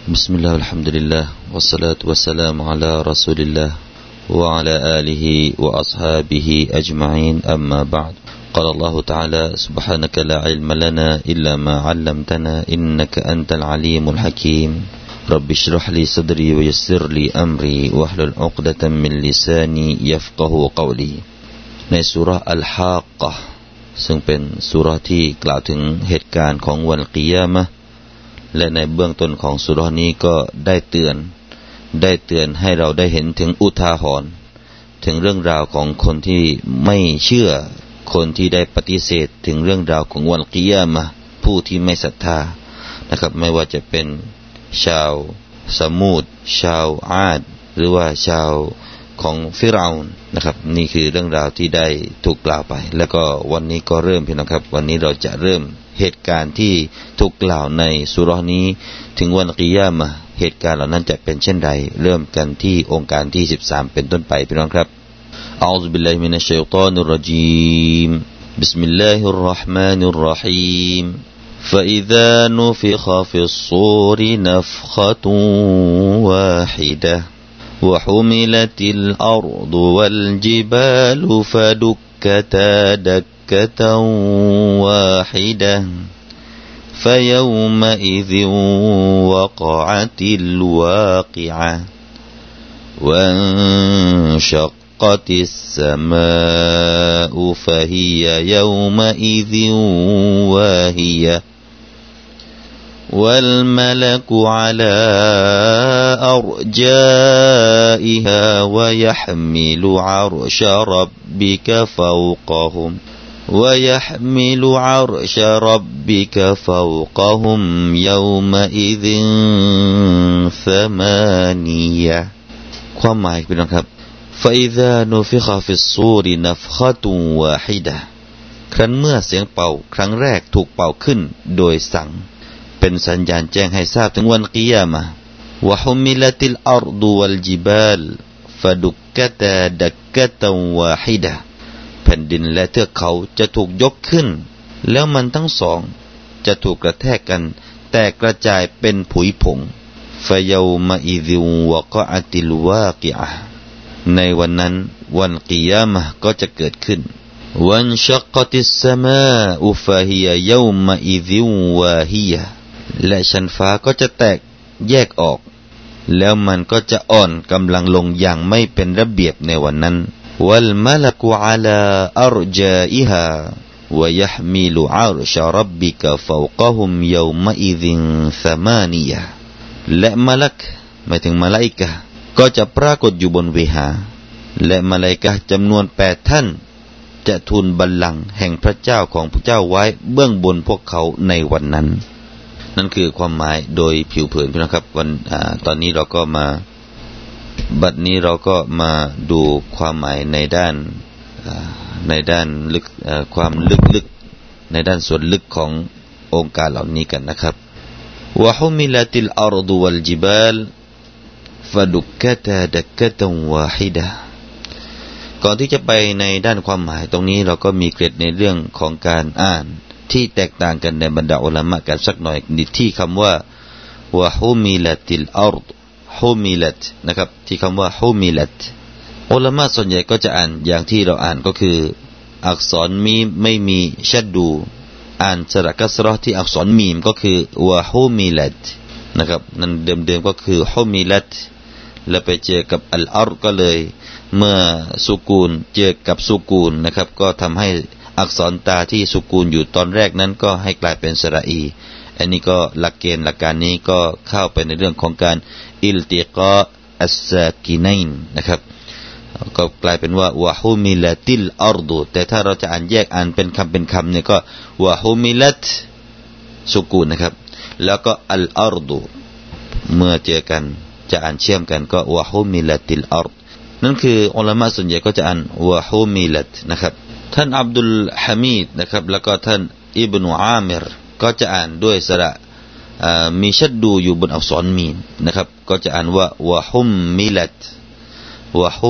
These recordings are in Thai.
بسم الله والحمد لله والصلاة والسلام على رسول الله وعلى آله وأصحابه أجمعين أما بعد قال الله تعالى سبحانك لا علم لنا إلا ما علمتنا إنك أنت العليم الحكيم رب اشرح لي صدري ويسر لي أمري واحلل عقدة من لساني يفقه قولي ในซูเราะห์อัลฮากกะฮ์ซึ่งเป็นซูเราะห์ที่กล่าวถึงเหตุการณ์ของวันกิยามะฮ์และในเบื้องต้นของซูเราะห์นี้ก็ได้เตือนให้เราได้เห็นถึงอุทาหรณ์ถึงเรื่องราวของคนที่ไม่เชื่อคนที่ได้ปฏิเสธถึงเรื่องราวของวันกิยามะฮ์ผู้ที่ไม่ศรัทธานะครับไม่ว่าจะเป็นชาวสมูดชาวอาดหรือว่าชาวของฟิรเอาน์นะครับนี่คือเรื่องราวที่ได้ถูกกล่าวไปแล้วก็วันนี้ก็เริ่มพี่น้องครับวันนี้เราจะเริ่มเหตุการณ์ที่ถูกกล่าวในซูเราะห์นี้ถึงวันกิยามะฮ์เหตุการณ์เหล่านั้นจะเป็นเช่นใดเริ่มกันที่องค์การที่13เป็นต้นไปพี่น้องครับอะอูซุบิลลาฮิมินัชชัยฏอนิรเราะญีมบิสมิลลาฮิรเราะห์มานิรเราะฮีมفإذا نفخ في الصور نفخة واحدة وحملت الأرض والجبال فدكتا دكة واحدة فيومئذ وقعت الواقعة وانشقت السماء فهي يومئذ واهية والملك على أرجائها ويحمل عرش ربك فوقهم يومئذ ثمانية ความหมายพี่น้องครับ فإذا نفخ في الصور نفخة واحدة ครั้นเมื่อเสียงเป่าครั้งแรกถูกเป่าขึ้นโดยสั่งเป็นสัญญาณแจ้งให้ทราบถึงวันกิยามะฮ์วะฮุมิลัติลอัรฎุวัลญิบาลฟะดุกกะตาดักกะตันวาฮิดะห์แผ่นดินและเทือกเขาจะถูกยกขึ้นแล้วมันทั้งสองจะถูกกระแทกกันแตกกระจายเป็นผุยผงฟะยอมะอิซิวะกะอะติลวากิอะห์ในวันนั้นวันกิยามะฮ์ก็จะเกิดขึ้นวันชักกะติสสมาอุฟะฮิยะยอมะอิซิวาฮิยะห์และชั้นฟ้าก็จะแตกแยกออกแล้วมันก็จะอ่อนกำลังลงอย่างไม่เป็นระเบียบในวันนั้นวัลมะลักุอะลาอัรจาอิฮาวะยะห์มิลุอัรชะร็อบบิกะฟาวกะฮุมยอมะอิซินซะมานียะห์และมะลักหมายถึงมลาอิกะฮ์ก็จะปรากฏอยู่บนเวหาและมลาอิกะฮ์จำนวน8ท่านจะทูลบัลลังก์แห่งพระเจ้าของพระเจ้าไว้เบื้องบนพวกเขาในวันนั้นนั่นคือความหมายโดยผิวเผินพี่นะครับตอนนี้เราก็มาบัดนี้เราก็มาดูความหมายในด้านลึกความลึกในด้านส่วนลึกขององค์การเหล่านี้กันนะครับวะฮุมิลัติลอัรฎุวัลญิบาลฟะดุกกะตาดักกะตันวาฮิดะห์ก่อนที่จะไปในด้านความหมายตรงนี้เราก็มีเกร็ดในเรื่องของการอ่านที่แตกต่างกันในบรรดาอุลามะกันสักหน่อยที่คำว่าวะฮุมิลัติลอัรฎฮุมิลัตนะครับที่คำว่าฮุมิลัตอุลามะส่วนใหญ่ก็จะอ่านอย่างที่เราอ่านก็คืออักษรมีมไม่มีชัดดูอ่านสระกัสเราะห์ที่อักษรมีมก็คือวะฮุมิลัตนะครับนั่นเดิมๆก็คือฮุมิลัตแล้วไปเจอกับอัลอัรก็เลยเมื่อสุกูนเจอกับสุกูนนะครับก็ทำให้อักษรตาที่สุกูนอยู่ตอนแรกนั้นก็ให้กลายเป็นสระอีอันนี้ก็หลักเกณฑ์หลักการนี้ก็เข้าไปในเรื่องของการอิลติกาอัสซากินัยน์นะครับก็กลายเป็นว่าวะฮุมิลัติลอัรฎุแต่ถ้าเราจะอ่านแยกอ่านเป็นคำเนี่ยก็วะฮุมิลัตสุกูนนะครับแล้วก็อัลอัรฎุเมื่อเจอกันจะอ่านเชื่อมกันก็วะฮุมิลัติลอัรฎนั่นคืออุลามะส่วนใหญ่ก็จะอ่านวะฮุมิลัตนะครับท่านอับดุลฮามีดนะครับแล้วก็ท่านอิบนุอามิรก็จะอ่านด้วยสระมีชัดดูอยู่บนอักษรมีมนะครับก็จะอ่านว่าวะฮุมมิลัต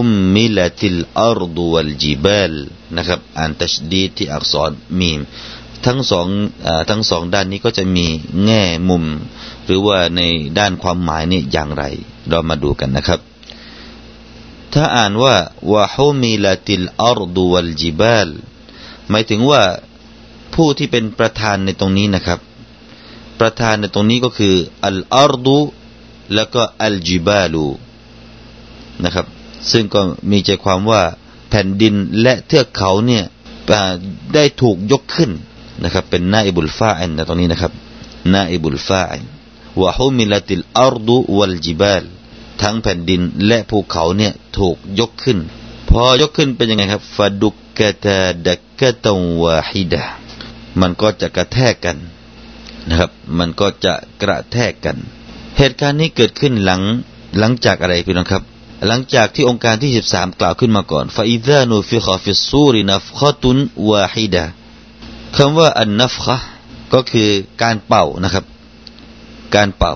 وحملت الأرض والجبال นะครับอ่านตัชดีดที่อักษรมีมทั้งสองด้านนี้ก็จะมีแง่มุมหรือว่าในด้านความหมายนี่อย่างไรเรามาดูกันนะครับถ้าอ่านว่าวะฮุมิลาติลอัรฎุวัลจิบาลหมายถึงว่าผู้ที่เป็นประธานในตรงนี้นะครับประธานในตรงนี้ก็คืออัลอัรฎุแล้วก็อัลจิบาลูนะครับซึ่งก็มีใจความว่าแผ่นดินและเทือกเขาเนี่ยได้ถูกยกขึ้นนะครับเป็นนาอิบุลฟาอิลในตรงนี้นะครับนาอิบุลฟาอิลวะฮุมิลาติลอัรฎุวัลจิบาลทั้งแผ่นดินและภูเขาเนี่ยถูกยกขึ้นพอยกขึ้นเป็นยังไงครับฟะดุกกะตาดักกะตันวาฮิดะมันก็จะกระแทกกันนะครับมันก็จะกระแทกกันเหตุการณ์นี้เกิดขึ้นหลังจากอะไรพี่น้องครับหลังจากที่องค์การที่13กล่าวขึ้นมาก่อนฟาอิซานูฟิคอฟิสซูรินัฟคอตุนวาฮิดะคำว่าอันนัฟคะก็คือการเป่านะครับการเป่า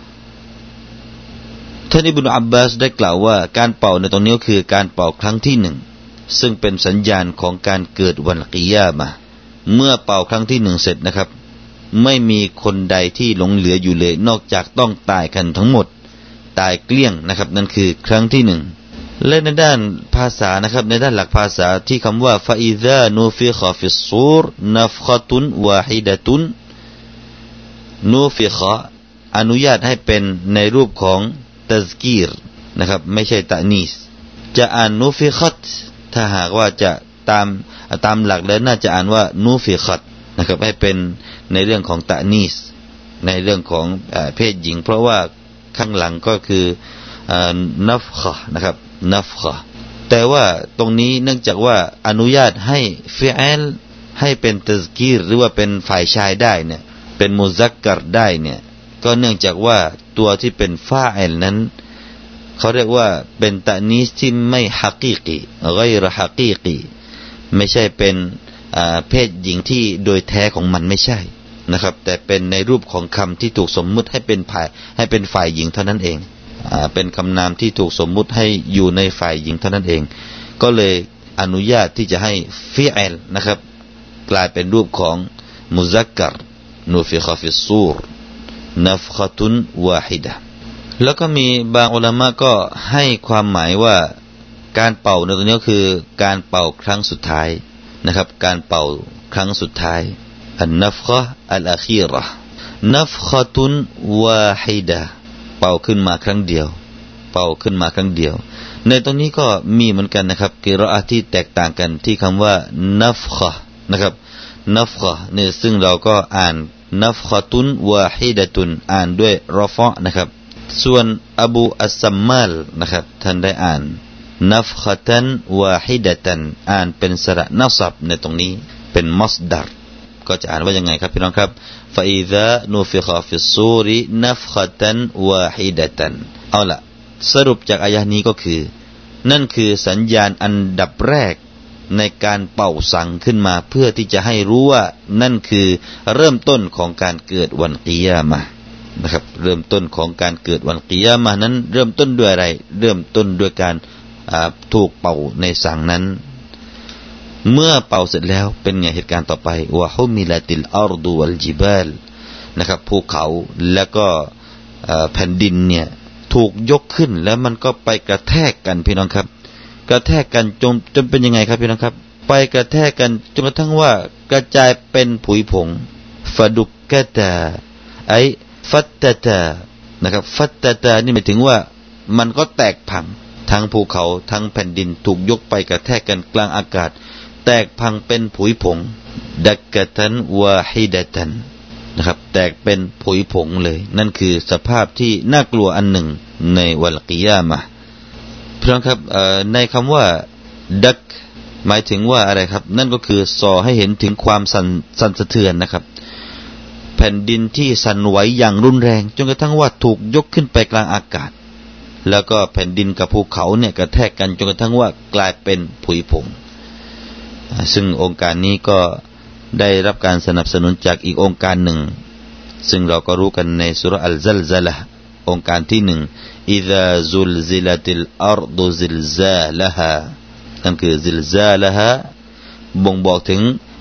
ท่านอิบนุอับบาสได้กล่าวว่าการเป่าในตรงนี้ก็คือการเป่าครั้งที่หนึ่งซึ่งเป็นสัญญาณของการเกิดวันกิยามะห์เมื่อเป่าครั้งที่หนึ่งเสร็จนะครับไม่มีคนใดที่หลงเหลืออยู่เลยนอกจากต้องตายกันทั้งหมดตายเกลี้ยงนะครับนั่นคือครั้งที่หนึ่งและในด้านภาษานะครับในด้านหลักภาษาที่คำว่าฟาอิซานูฟิคอฟิสซูรนัฟคอตุนวาฮิดะตุนนูฟิคออนุญาตให้เป็นในรูปของตัซกีรนะครับไม่ใช่ตะนีสจะอ่านนูฟิคัตถ้าหากว่าจะตามหลักแล้วน่าจะอ่านว่านูฟิคัตนะครับให้เป็นในเรื่องของตะนีสในเรื่องของเพศหญิงเพราะว่าข้างหลังก็คือนัฟคะนะครับนัฟคะแต่ว่าตรงนี้เนื่องจากว่าอนุญาตให้ฟิอลให้เป็นตัซกีรหรือว่าเป็นฝ่ายชายได้เนี่ยเป็นมุซักกัรได้เนี่ยก็เนื่องจากว่าตัวที่เป็นฟาอิลนั้นเขาเรียกว่าเป็นตะนีสที่ไม่ฮะกีกีไกรฮะกีกีไม่ใช่เป็นเพศหญิงที่โดยแท้ของมันไม่ใช่นะครับแต่เป็นในรูปของคำที่ถูกสมมุติให้เป็นฝ่ายหญิงเท่านั้นเองเป็นคำนามที่ถูกสมมุติให้อยู่ในฝ่ายหญิงเท่านั้นเองก็เลยอนุญาตที่จะให้ฟิอลนะครับกลายเป็นรูปของมุซักกัรนูฟิคอฟิสซูรนัฟคอตุนวาฮิดะแล้วก็มีบางอุลามะก็ให้ความหมายว่าการเป่าในตรงนี้ก็คือการเป่าครั้งสุดท้ายนะครับการเป่าครั้งสุดท้ายอันนัฟคะอัลอาคีเราะห์นัฟคอตุนวาฮิดะเป่าขึ้นมาครั้งเดียวเป่าขึ้นมาครั้งเดียวในตรงนี้ก็มีเหมือนกันนะครับกิรออะห์ที่แตกต่างกันที่คำว่านัฟคะนะครับนัฟคะเนี่ยซึ่งเราก็อ่านนัฟคอตุนวาฮิดะตุนอ่านด้วยรอฟะนะครับส่วนอบูอัสซัมมาลนะครับท่านได้อ่านนัฟคอตันวาฮิดะตันอ่านเป็นสระนัศบในตรงนี้เป็นมัสดัรก็จะอ่านว่ายังไงครับพี่น้องครับฟาอิซานูฟิคอฟิสซูรินัฟคอตันวาฮิดะตันเอาล่ะสรุปจากอายะห์นี้ก็คือนั่นคือสัญญาณอันดับแรกในการเป่าสังขึ้นมาเพื่อที่จะให้รู้ว่านั่นคือเริ่มต้นของการเกิดวันกิยามะห์นะครับเริ่มต้นของการเกิดวันกิยามะห์นั้นเริ่มต้นด้วยอะไรเริ่มต้นด้วยการถูกเป่าในสังนั้นเมื่อเป่าเสร็จแล้วเป็นไงเหตุการณ์ต่อไปวะฮุมิลาติลอัรฎุวัลจิบาลนะครับภูเขาแล้วก็แผ่นดินเนี่ยถูกยกขึ้นแล้วมันก็ไปกระแทกกันพี่น้องครับกระแทกกันจนเป็นยังไงครับพี่น้องครับไปกระแทกกันจนกระทั่งว่ากระจายเป็นผุยผงฟะดุกกะตาไอฟัตตะตานะครับฟัตตะตานี่หมายถึงว่ามันก็แตกพังทั้งภูเขาทั้งแผ่นดินถูกยกไปกระแทกกันกลางอากาศแตกพังเป็นผุยผงดักกะตันวาฮิดะตันนะครับแตกเป็นผุยผงเลยนั่นคือสภาพที่น่ากลัวอันหนึ่งในวันกิยามะห์เพื่อนครับในคำว่าดักหมายถึงว่าอะไรครับนั่นก็คือส่อให้เห็นถึงความสั่นสะเทือนนะครับแผ่นดินที่สั่นไหวอย่างรุนแรงจนกระทั่งว่าถูกยกขึ้นไปกลางอากาศแล้วก็แผ่นดินกับภูเขาเนี่ยกระแทกกันจนกระทั่งว่ากลายเป็นผุยผงซึ่งองค์การนี้ก็ได้รับการสนับสนุนจากอีกองค์การหนึ่งซึ่งเราก็รู้กันในสุเราะห์อัลซัลซะละห์องค์การที่หนึ่งอิซาซุลซิลัติลอัรฎุซิลซาละฮานั่นคือซิลซาละฮาบ่งบอกถึง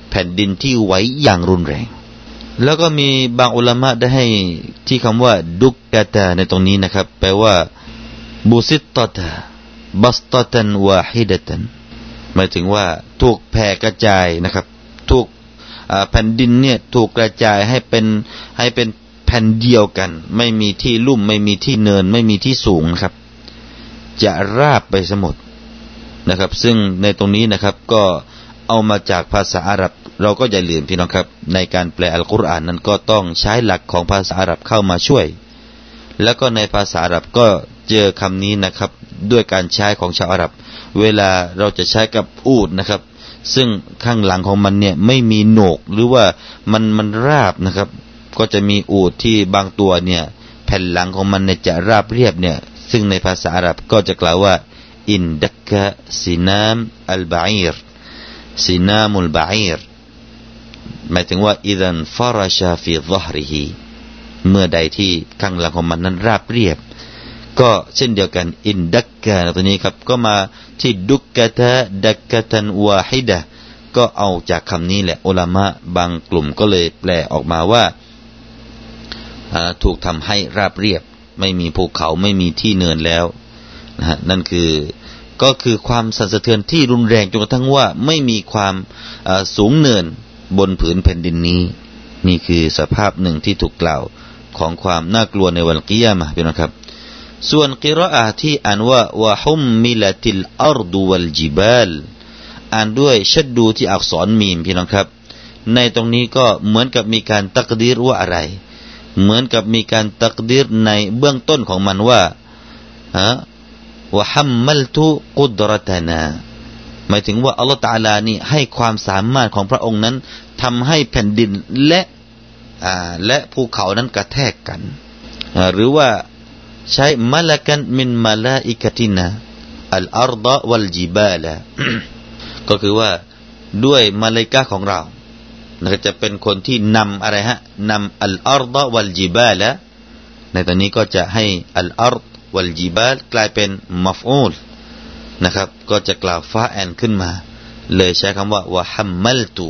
แผ่นดินที่ไหวอย่างรุนแรงแล้วก็มีบางอุลามะได้ให้ที่คำว่าดุกกะตาในตรงนี้นะครับแปลว่าบุซิตตะตาบัสตะตันวาฮิดะตันหมายถึงว่าถูกแผ่กระจายนะครับถูกแผ่นดินเนี่ยถูกกระจายให้เป็นแผ่นเดียวกันไม่มีที่ลุ่มไม่มีที่เนินไม่มีที่สูงนะครับจะราบไปซะหมดนะครับซึ่งในตรงนี้นะครับก็เอามาจากภาษาอาหรับเราก็อย่าลืมพี่น้องครับในการแปลอัลกุรอานนั้นก็ต้องใช้หลักของภาษาอาหรับเข้ามาช่วยแล้วก็ในภาษาอาหรับก็เจอคำนี้นะครับด้วยการใช้ของชาวอาหรับเวลาเราจะใช้กับอูฐนะครับซึ่งข้างหลังของมันเนี่ยไม่มีโหนกหรือว่ามันราบนะครับก็จะมีอูฐที่บางตัวเนี่ยแผ่นหลังของมันเนี่ยจะราบเรียบเนี่ยซึ่งในภาษาอาหรับก็จะกล่าวว่าอินดักกะซินามอัลบะอีรซินามุลบะอีรหมายถึงว่าอิดันฟารชาฟีฎอฮริฮิเมื่อใดที่ข้างหลังของมันนั้นราบเรียบก็เช่นเดียวกันอินดักกะตัวนี้ครับก็มาที่ดุกกะตะดักกะตันวาฮิดะก็เอาจากคำนี้แหละอุลามะบางกลุ่มก็เลยแปลออกมาว่าถูกทำให้ราบเรียบไม่มีภูเขาไม่มีที่เนินแล้วนะฮะนั่นก็คือความสั่นสะเทือนที่รุนแรงจนกระทั่งว่าไม่มีความสูงเนินบนผืนแผ่นดินนี้นี่คือสภาพหนึ่งที่ถูกกล่าวของความน่ากลัวในวันกิยามะห์พี่น้องครับส่วนกิรออะห์ที่อ่านว่าวะฮุมมิลติลอัรฎุวัลจิบาลอ่านด้วยชัดดูที่อักษรมีมพี่น้องครับในตรงนี้ก็เหมือนกับมีการตักดีรว่าอะไรเหมือนกับมีการตักดีรในเบื้องต้นของมันว่าวะฮัมมัลตุกุดเราะตะนาหมายถึงว่าอัลเลาะห์ตะอาลานี่ให้ความสามารถของพระองค์นั้นทำให้แผ่นดินและภูเขานั้นกระแทกกันหรือว่าใช้มะลากันมินมะลาอิกะตินาอัลอัรฎะวัลจิบาล ก็คือว่าด้วยมลาอิกะห์ของเราจะเป็นคนที่นำอะไรนำอัลอัรฎะวัลจิบาลในตอนนี้ก็จะให้อัลอัรฎวัลจิบาลกลายเป็นมัฟอูลนะครับก็จะกล่าวฟาแอนขึ้นมาเลยใช้คำว่าวะฮัมมัลตุ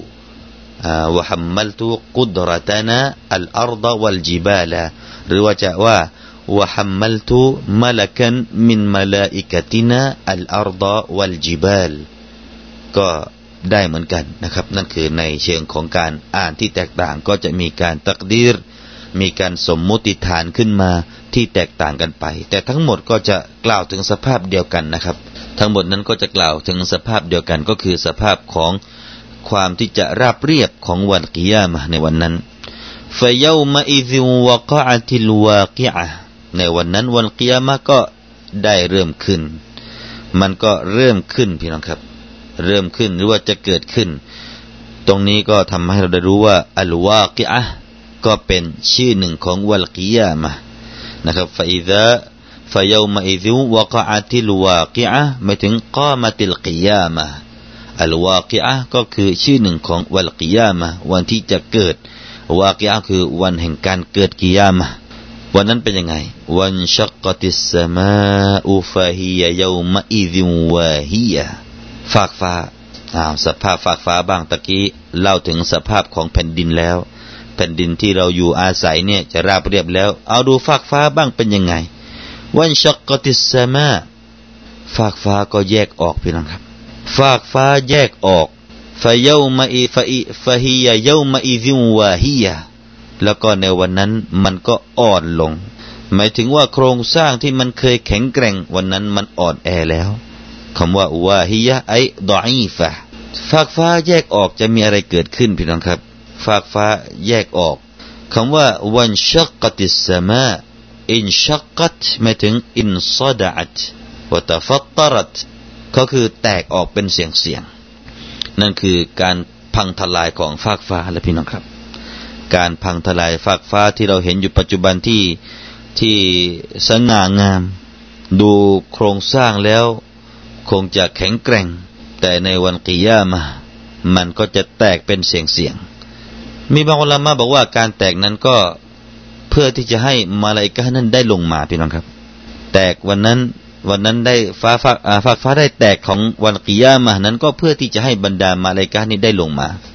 กุดเราะตะนาอัลอัรฎะวัลจิบาลหรือว่าจะว่าวะฮัมมัลตุมะลากันมินมะลาอิกะตินาอัลอัรฎะวัลจิบาลก็ได้เหมือนกันนะครับนั่นคือในเชิงของการอ่านที่แตกต่างก็จะมีการตักดีรมีการสมมุติฐานขึ้นมาที่แตกต่างกันไปแต่ทั้งหมดก็จะกล่าวถึงสภาพเดียวกันนะครับทั้งหมดนั้นก็จะกล่าวถึงสภาพเดียวกันก็คือสภาพของความที่จะราบเรียบของวันกิยามะห์ในวันนั้นฟะยอมะอิซิวะกะอะติลวากิอะห์ในวันนั้นวันกิยามะห์ก็ได้เริ่มขึ้นมันก็เริ่มขึ้นพี่น้องครับเริ่มขึ้นหรือว่าจะเกิดขึ้นตรงนี้ก็ทำให้เราได้รู้ว่าอัลวากิอะห์ก็เป็นชื่อหนึ่งของวันกิยามะห์นะครับฟะอิซาฟะยอมะอิซิวะกะอะติลวากิอะห์หมายถึงกามะติลกิยามะห์อัลวากิอะห์ก็คือชื่อหนึ่งของวันกิยามะห์วันที่จะเกิดวากิอะห์คือวันแห่งการเกิดกิยามะห์วันนั้นเป็นยังไงวันชักกะติสสมาอุฟะฮิยะยอมะอิซิวาฮิยะฟากฟ้าสภาพฟากฟ้าบ้างตะกี้เล่าถึงสภาพของแผ่นดินแล้วแผ่นดินที่เราอยู่อาศัยเนี่ยจะราบเรียบแล้วเอาดูฟากฟ้าบ้างเป็นยังไงวันชักกะติสสมาฟากฟ้าก็แยกออกพี่น้องครับฟากฟ้าแยกออกฟะยอมะอิฟะฮิยะยอมะอิซิวาฮิยะแล้วก็ในวันนั้นมันก็อ่อนลงหมายถึงว่าโครงสร้างที่มันเคยแข็งแกร่งวันนั้นมันอ่อนแอแล้วคำว่าวาฮิยะไอฎออีฟะฟากฟ้าแยกออกจะมีอะไรเกิดขึ้นพี่น้องครับฟากฟ้าแยกออกคำว่าวันชักกะติสสมาอินชักกัตหมายถึงอินซอดะอัตวะตะฟัตตรัตก็คือแตกออกเป็นเสียงนั่นคือการพังทลายของฟากฟ้าและพี่น้องครับการพังทลายฟากฟ้าที่เราเห็นอยู่ปัจจุบันที่สง่างามดูโครงสร้างแล้วคงจะแข็งแกร่งแต่ในวันกิยามะห์มันก็จะแตกเป็นเสียงมีบางอุลามะบอกว่าการแตกนั้นก็เพื่อที่จะให้มาลาอิกะฮ์นั้นได้ลงมาพี่น้องครับแตกวันนั้นได้ฟากฟ้าได้แตกของวันกิยามะห์นั้นก็เพื่อที่จะให้บรรดามาลาอิกะฮ์นี้ได้ลงมา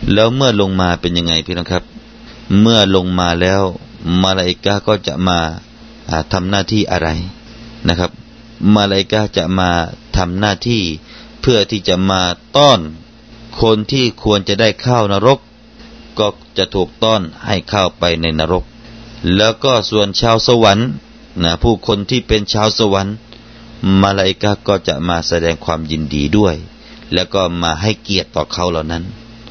แล้วเมื่อลงมาเป็นยังไงพี่น้องครับเมื่อลงมาแล้วมลาอิกะฮ์ก็จะมาทำหน้าที่อะไรนะครับมลาอิกะฮ์จะมาทำหน้าที่เพื่อที่จะมาต้อนคนที่ควรจะได้เข้านรกก็จะถูกต้อนให้เข้าไปในนรกแล้วก็ส่วนชาวสวรรค์ผู้คนที่เป็นชาวสวรรค์มลาอิกะฮ์ก็จะมาแสดงความยินดีด้วยแล้วก็มาให้เกียรติต่อเขาเหล่านั้น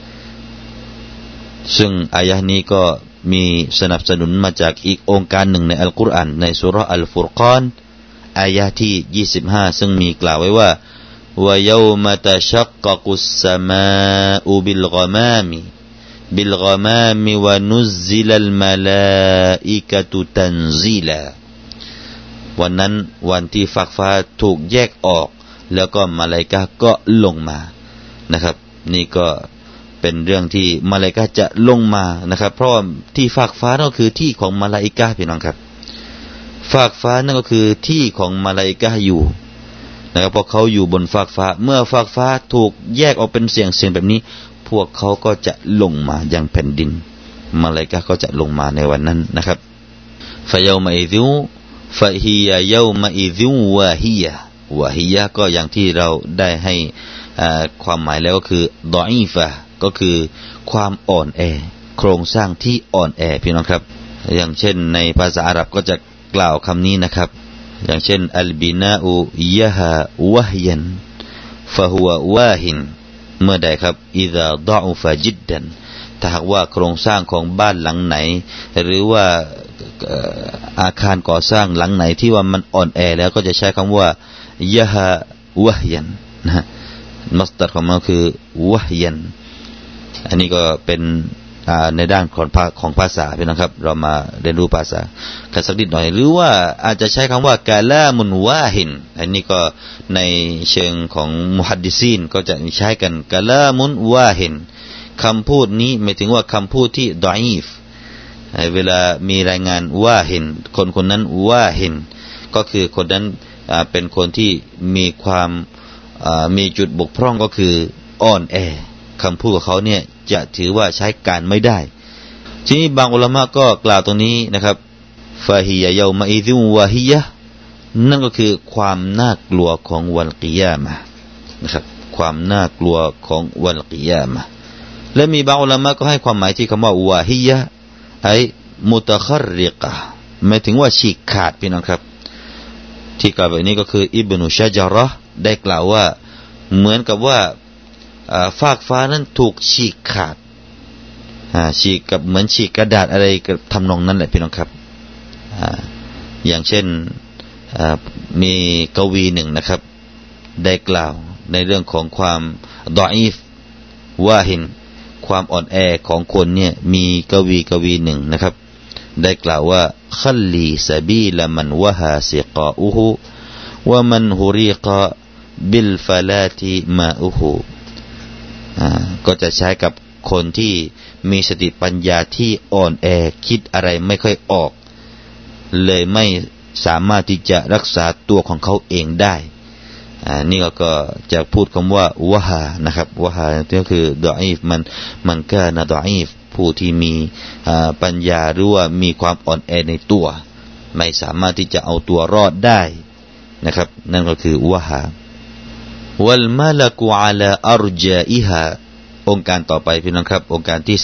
ซึ่งอายะห์นี้ก็มีสนับสนุนมาจากอีกองค์การหนึ่งในอัลกุรอานในซูเราะห์อัลฟุรกานอายะห์ที่25ซึ่งมีกล่าวไว้ว่าวะยอมะตะชักกะกุสสะมาอุบิลฆอมามวะนุซซิลัลมะลาอิกะตุตันซีลาวันนั้นวันที่ฟากฟ้าถูกแยกออกแล้วก็มลาอิกะฮ์ก็ลงมานะครับนี่ก็เป็นเรื่องที่มลาอิกะฮ์จะลงมานะครับเพราะที่ฟากฟ้านั่นก็คือที่ของมลาอิกะฮ์พี่น้องครับฟากฟ้านั่นก็คือที่ของมลาอิกะฮ์อยู่นะครับพอเขาอยู่บนฟากฟ้าเมื่อฟากฟ้าถูกแยกออกเป็นเสียงแบบนี้พวกเขาก็จะลงมายังแผ่นดินมลาอิกะฮ์ก็จะลงมาในวันนั้นนะครับฟะยอมะอิซิฟะฮิยะยอมะอิซิวะฮิยะก็อย่างที่เราได้ให้ความหมายแล้วก็คือดออีฟะก็คือความอ่อนแอโครงสร้างที่อ่อนแอพี่น้องครับอย่างเช่นในภาษาอาหรับก็จะกล่าวคำนี้นะครับอย่างเช่นอัลบินาอูยะฮาวะฮยันฟะฮุวะวาฮินเมื่อใดครับอิซาดออูฟะจิดดันถ้าหากว่าโครงสร้างของบ้านหลังไหนหรือว่าอาคารก่อสร้างหลังไหนที่ว่ามันอ่อนแอแล้วก็จะใช้คำว่ายะฮาวะฮยันนะมัสดัรของมันคือวะฮยันอันนี้ก็เป็นในด้านของภาษาพี่น้องครับเรามาเรียนรู้ภาษากันสักนิดหน่อยหรือว่าอาจจะใช้คำว่ากาลามุนวาฮินอันนี้ก็ในเชิงของมุฮัดดิซีนก็จะใช้กันกาลามุนวาฮินคำพูดนี้หมายถึงว่าคำพูดที่ดออีฟเวลามีรายงานวาฮินคนนั้นวาฮินก็คือคนนั้นเป็นคนที่มีความมีจุดบกพร่องก็คืออ่อนแอคำพูดของเขาเนี่ยจะถือว่าใช้การไม่ได้ทีนี้บางอุลามะก็กล่าวตรงนี้นะครับฟาฮิยะยอมะอิซิวะฮิยะนั่นก็คือความน่ากลัวของวันกิยามะห์นะครับความน่ากลัวของวันกิยามะห์และมีบางอุลามะก็ให้ความหมายที่คำว่าวะฮิยะไอ้มุตะคัรริกะห์หมายถึงว่าฉีกขาดพี่น้องครับที่กล่าวแบบนี้ก็คืออิบนุชะญะเราะห์ได้กล่าวว่าเหมือนกับว่าฟากฟ้านั้นถูกฉีกขาดฉีกกับเหมือนฉีกกระดาษอะไรกับทำนองนั้นแหละพี่น้องครับอย่างเช่นมีกวีหนึ่งนะครับได้กล่าวในเรื่องของความดออีฟวาฮินความอ่อนแอของคนเนี่ยมีกวีหนึ่งนะครับได้กล่าวว่าคัลลีซะบีลมันวะฮาซิกาอุฮุวะมันฮุริกะบิลฟะลาติมาอุฮุก็จะใช้กับคนที่มีสติปัญญาที่อ่อนแอคิดอะไรไม่ค่อยออกเลยไม่สามารถที่จะรักษาตัวของเขาเองได้นี่ก็จะพูดคำว่าวะฮานะครับวะฮาก็คือดออีฟมันกานะดออีฟผู้ที่มีปัญญาหรือว่ามีความอ่อนแอในตัวไม่สามารถที่จะเอาตัวรอดได้นะครับนั่นก็คือวะฮาวัลมะละกุอะลาอัรญาอิฮาองค์การต่อไปพี่น้องครับองค์การที่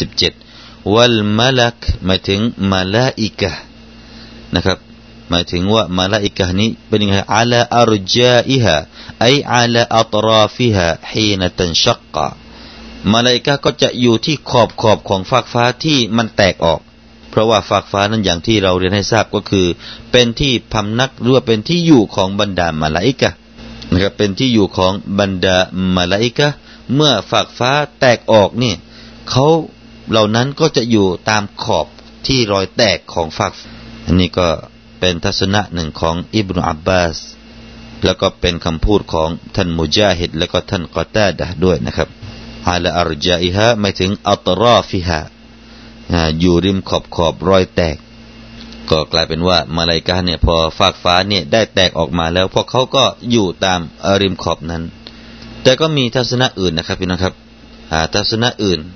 17วัลมะลักหมายถึงมลาอิกะห์นะครับหมายถึงว่ามลาอิกะห์นี้เป็นยังไงอะลาอัรญาอิฮาไออะลาอัตราฟิฮาฮีนะตันชักกะมลาอิกะห์ก็จะอยู่ที่ขอบของฟากฟ้าที่มันแตกออกเพราะว่าฟากฟ้านั้นอย่างที่เราเรียนให้ทราบก็คือเป็นที่พำนักหรือว่าเป็นที่อยู่ของบรรดามลาอิกะห์นะครับเป็นที่อยู่ของบรรดามลาอิกะห์เมื่อฟากฟ้าแตกออกนี่เขาเหล่านั้นก็จะอยู่ตามขอบที่รอยแตกของฟากอันนี้ก็เป็นทัศนะหนึ่งของอิบนุอับบาสแล้วก็เป็นคำพูดของท่านมุจาฮิดและก็ท่านกอตาดะห์ด้วยนะครับอะลาอัรญาอิฮาหมายถึงอัตราฟิฮาอยู่ริมขอบรอยแตกก็กลายเป็นว่ามลาอิกะฮ์เนี่ยพอฟากฟ้าเนี่ยได้แตกออกมาแล้วพวกเขาก็อยู่ตามริมขอบนั้นแต่ก็มีทัศนะอื่นนะครับพี่น้องครับทัศนะอื่น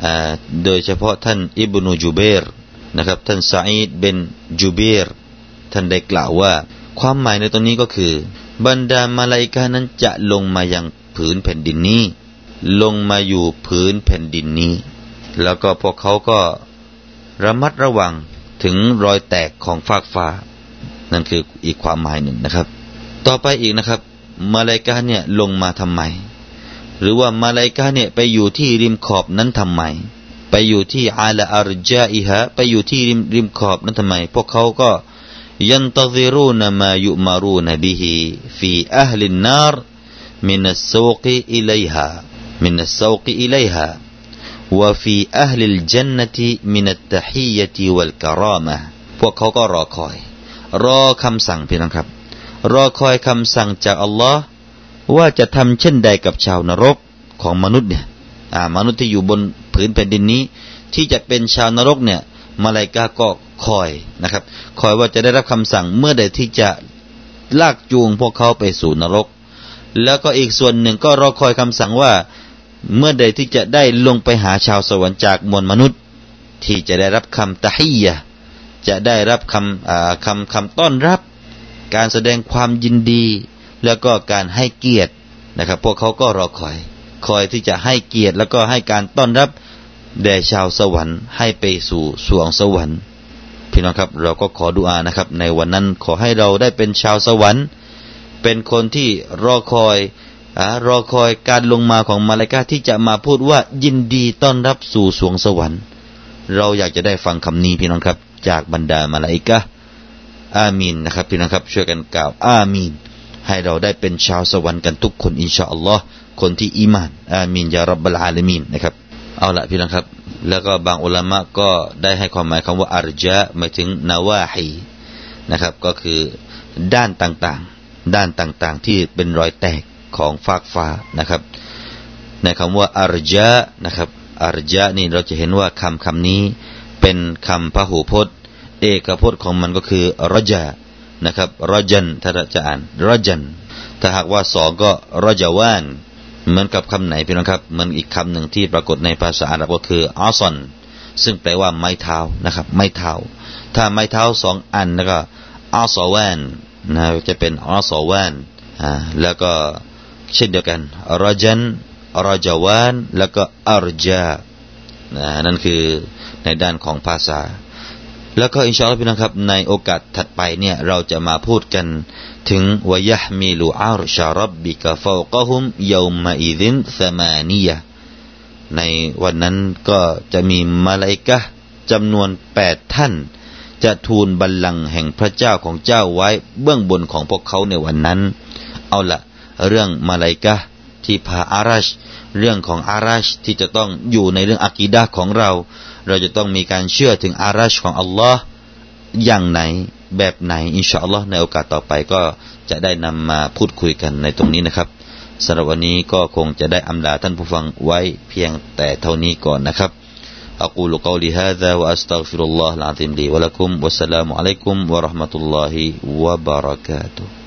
โดยเฉพาะท่านอิบนุจูเบรนะครับท่านซะอีดบินจูเบรท่านได้กล่าวว่าความหมายในตรงนี้ก็คือบรรดามาลาอิกะฮ์นั้นจะลงมายังผืนแผ่นดินนี้ลงมาอยู่ผืนแผ่นดินนี้แล้วก็พวกเขาก็ระมัดระวังถึงรอยแตกของฟากฟ้านั่นคืออีกความหมายหนึ่งนะครับต่อไปอีกนะครับมาลาอิกะฮ์เนี่ยลงมาทำไมหรือว่ามาลาอิกะฮ์เนี่ยไปอยู่ที่ริมขอบนั้นทำไมไปอยู่ที่อาลาอัรจาอิฮะไปอยู่ที่ริมขอบนั้นทำไมพวกเขาก็ยันตะซิรูนมายุมารูนบิฮิฟีอะห์ลินนารมินัสซูกอิลัยฮามินัสซูกอิลัยฮาวะฟีอะห์ลิลญันนะติมินัตตะฮียะติวัลกะรามะฮ์พวกเขาก็รอคอยรอคำสั่งพี่น้องครับรอคอยคำสั่งจากอัลลอฮ์ว่าจะทำเช่นใดกับชาวนรกของมนุษย์เนี่ยมนุษย์ที่อยู่บนผืนแผ่นดินนี้ที่จะเป็นชาวนรกเนี่ยมาลาอิกะฮ์ก็คอยนะครับคอยว่าจะได้รับคำสั่งเมื่อใดที่จะลากจูงพวกเขาไปสู่นรกแล้วก็อีกส่วนหนึ่งก็รอคอยคำสั่งว่าเมื่อใดที่จะได้ลงไปหาชาวสวรรค์จากมวลมนุษย์ที่จะได้รับคำตะฮียะห์จะได้รับคำต้อนรับการแสดงความยินดีแล้วก็การให้เกียรตินะครับพวกเขาก็รอคอยที่จะให้เกียรติแล้วก็ให้การต้อนรับแด่ชาวสวรรค์ให้ไปสู่สวงสวรรค์พี่น้องครับเราก็ขอดุอานะครับในวันนั้นขอให้เราได้เป็นชาวสวรรค์เป็นคนที่รอคอยการลงมาของมาลาอิกะฮ์ที่จะมาพูดว่ายินดีต้อนรับสู่สวงสวรรค์เราอยากจะได้ฟังคำนี้พี่น้องครับจากบรรดามาลาอิกะฮ์อามีนนะครับพี่น้องครับช่วยกันกล่าวอามีนให้เราได้เป็นชาวสวรรค์กันทุกคนอินชาอัลลอฮ์คนที่อีหม่านอามีนยาร็อบบัลอาลามีนนะครับเอาละพี่น้องครับแล้วก็บางอุลามะก็ได้ให้ความหมายคำว่าอัรญะหมายถึงนาวาฮีนะครับก็คือด้านต่างๆที่เป็นรอยแตกของฟากฟ้านะครับในคำว่าอัรญะนะครับอัรญะนี่เราจะเห็นว่าคำนี้เป็นคำพหูพจน์เอกพจน์ของมันก็คือรจานะครับรจันถ้าจะอ่านรจันถ้าหากว่าสองก็รจาวานเหมือนกับคำไหนพี่น้องครับเหมือนอีกคำหนึ่งที่ปรากฏในภาษาอาหรับก็คืออัซอนซึ่งแปลว่าไม้เท้านะครับไม้เท้าถ้าไม้เท้าสองอันแล้วก็อัศวานนะจะเป็นอัศวานแล้วก็เช่นเดียวกันรจันรจาวานแล้วก็อัรญะนั่นคือในด้านของภาษาแล้วก็อินชาอัลลอฮ์พี่น้องครับในโอกาสถัดไปเนี่ยเราจะมาพูดกันถึงวะยะห์มิลุอัรชะร็อบบิกะฟาวกะฮุมยอมะอิซินซะมานียะห์ในวันนั้นก็จะมีมาลาอิกะฮ์จำนวน8ท่านจะทูลบัลลังก์แห่งพระเจ้าของเจ้าไว้เบื้องบนของพวกเขาในวันนั้นเอาละเรื่องมาลาอิกะฮ์ที่พาอารัชเรื่องของอารัชที่จะต้องอยู่ในเรื่องอะกีดะห์ของเราจะต้องมีการเชื่อถึงอารัชของอัลลอฮ์อย่างไหนแบบไหนอินชาอัลลอฮ์ในโอกาสต่อไปก็จะได้นำมาพูดคุยกันในตรงนี้นะครับสำหรับวันนี้ก็คงจะได้อำลาท่านผู้ฟังไว้เพียงแต่เท่านี้ก่อนนะครับอะกูลุกอลิฮาซาวะอัสตัฆฟิรุลลอฮ์อะซีมลีวะละกุมวัสสลามุอะลัยกุมวะเราะห์มะตุลลอฮิวะบะเราะกาตุฮ์